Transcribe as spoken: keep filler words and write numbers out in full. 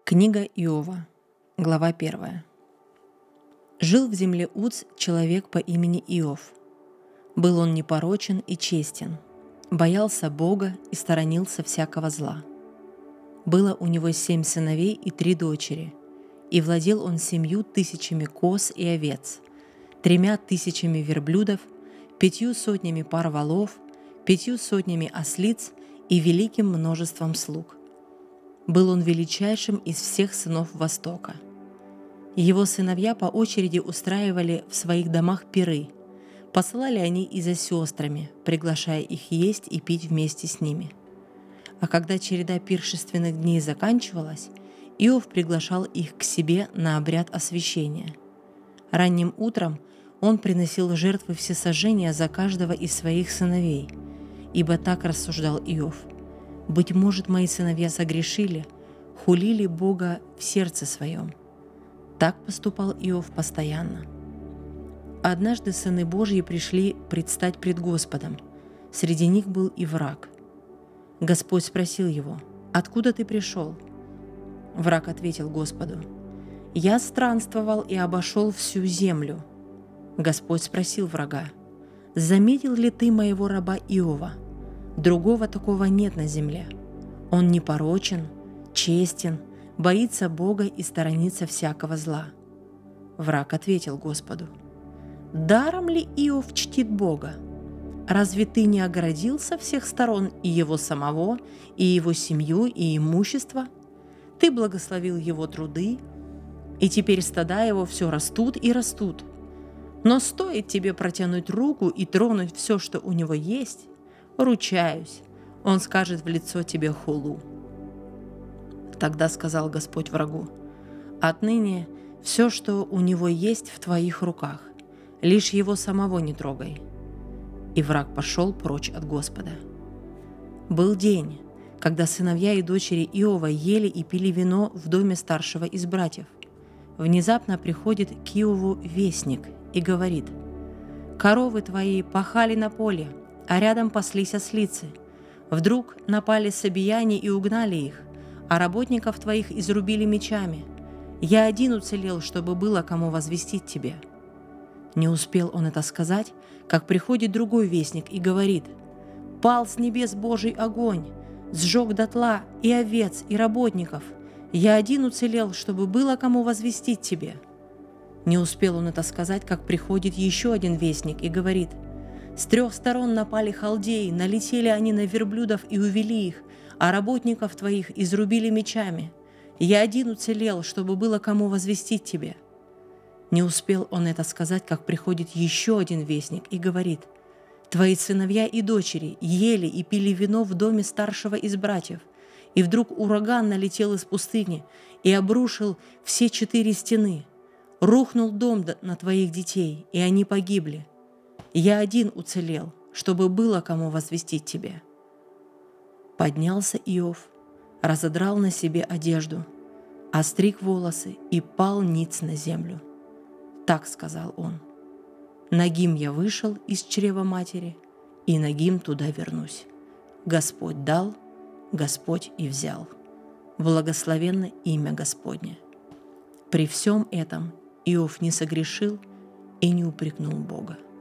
Книга Иова, глава первая. Жил в земле Уц человек по имени Иов. Был он непорочен и честен, боялся Бога и сторонился всякого зла. Было у него семь сыновей и три дочери, и владел он семью тысячами коз и овец, тремя тысячами верблюдов, пятью сотнями пар волов, пятью сотнями ослиц и великим множеством слуг. Был он величайшим из всех сынов Востока. Его сыновья по очереди устраивали в своих домах пиры. Посылали они и за сестрами, приглашая их есть и пить вместе с ними. А когда череда пиршественных дней заканчивалась, Иов приглашал их к себе на обряд освящения. Ранним утром он приносил жертвы всесожжения за каждого из своих сыновей, ибо так рассуждал Иов: «Быть может, мои сыновья согрешили, хулили Бога в сердце своем». Так поступал Иов постоянно. Однажды сыны Божьи пришли предстать пред Господом. Среди них был и враг. Господь спросил его: «Откуда ты пришел?» Враг ответил Господу: «Я странствовал и обошел всю землю». Господь спросил врага: «Заметил ли ты моего раба Иова? Другого такого нет на земле. Он непорочен, честен, боится Бога и сторонится всякого зла». Враг ответил Господу: «Даром ли Иов чтит Бога? Разве ты не оградил со всех сторон и его самого, и его семью, и имущество? Ты благословил его труды, и теперь стада его все растут и растут. Но стоит тебе протянуть руку и тронуть все, что у него есть, ручаюсь, он скажет в лицо тебе хулу». Тогда сказал Господь врагу: «Отныне все, что у него есть, в твоих руках, лишь его самого не трогай». И враг пошел прочь от Господа. Был день, когда сыновья и дочери Иова ели и пили вино в доме старшего из братьев. Внезапно приходит к Иову вестник и говорит: «Коровы твои пахали на поле, а рядом паслись ослицы. Вдруг напали сабияне и угнали их, а работников твоих изрубили мечами. Я один уцелел, чтобы было кому возвестить тебе». Не успел он это сказать, как приходит другой вестник и говорит: «Пал с небес Божий огонь, сжег дотла и овец, и работников. Я один уцелел, чтобы было кому возвестить тебе». Не успел он это сказать, как приходит еще один вестник и говорит: «С трех сторон напали халдеи, налетели они на верблюдов и увели их, а работников твоих изрубили мечами. Я один уцелел, чтобы было кому возвестить тебе». Не успел он это сказать, как приходит еще один вестник и говорит: «Твои сыновья и дочери ели и пили вино в доме старшего из братьев, и вдруг ураган налетел из пустыни и обрушил все четыре стены. Рухнул дом на твоих детей, и они погибли. Я один уцелел, чтобы было кому возвестить тебе». Поднялся Иов, разодрал на себе одежду, остриг волосы и пал ниц на землю. Так сказал он: «Нагим я вышел из чрева матери, и нагим туда вернусь. Господь дал, Господь и взял. Благословенно имя Господне». При всем этом Иов не согрешил и не упрекнул Бога.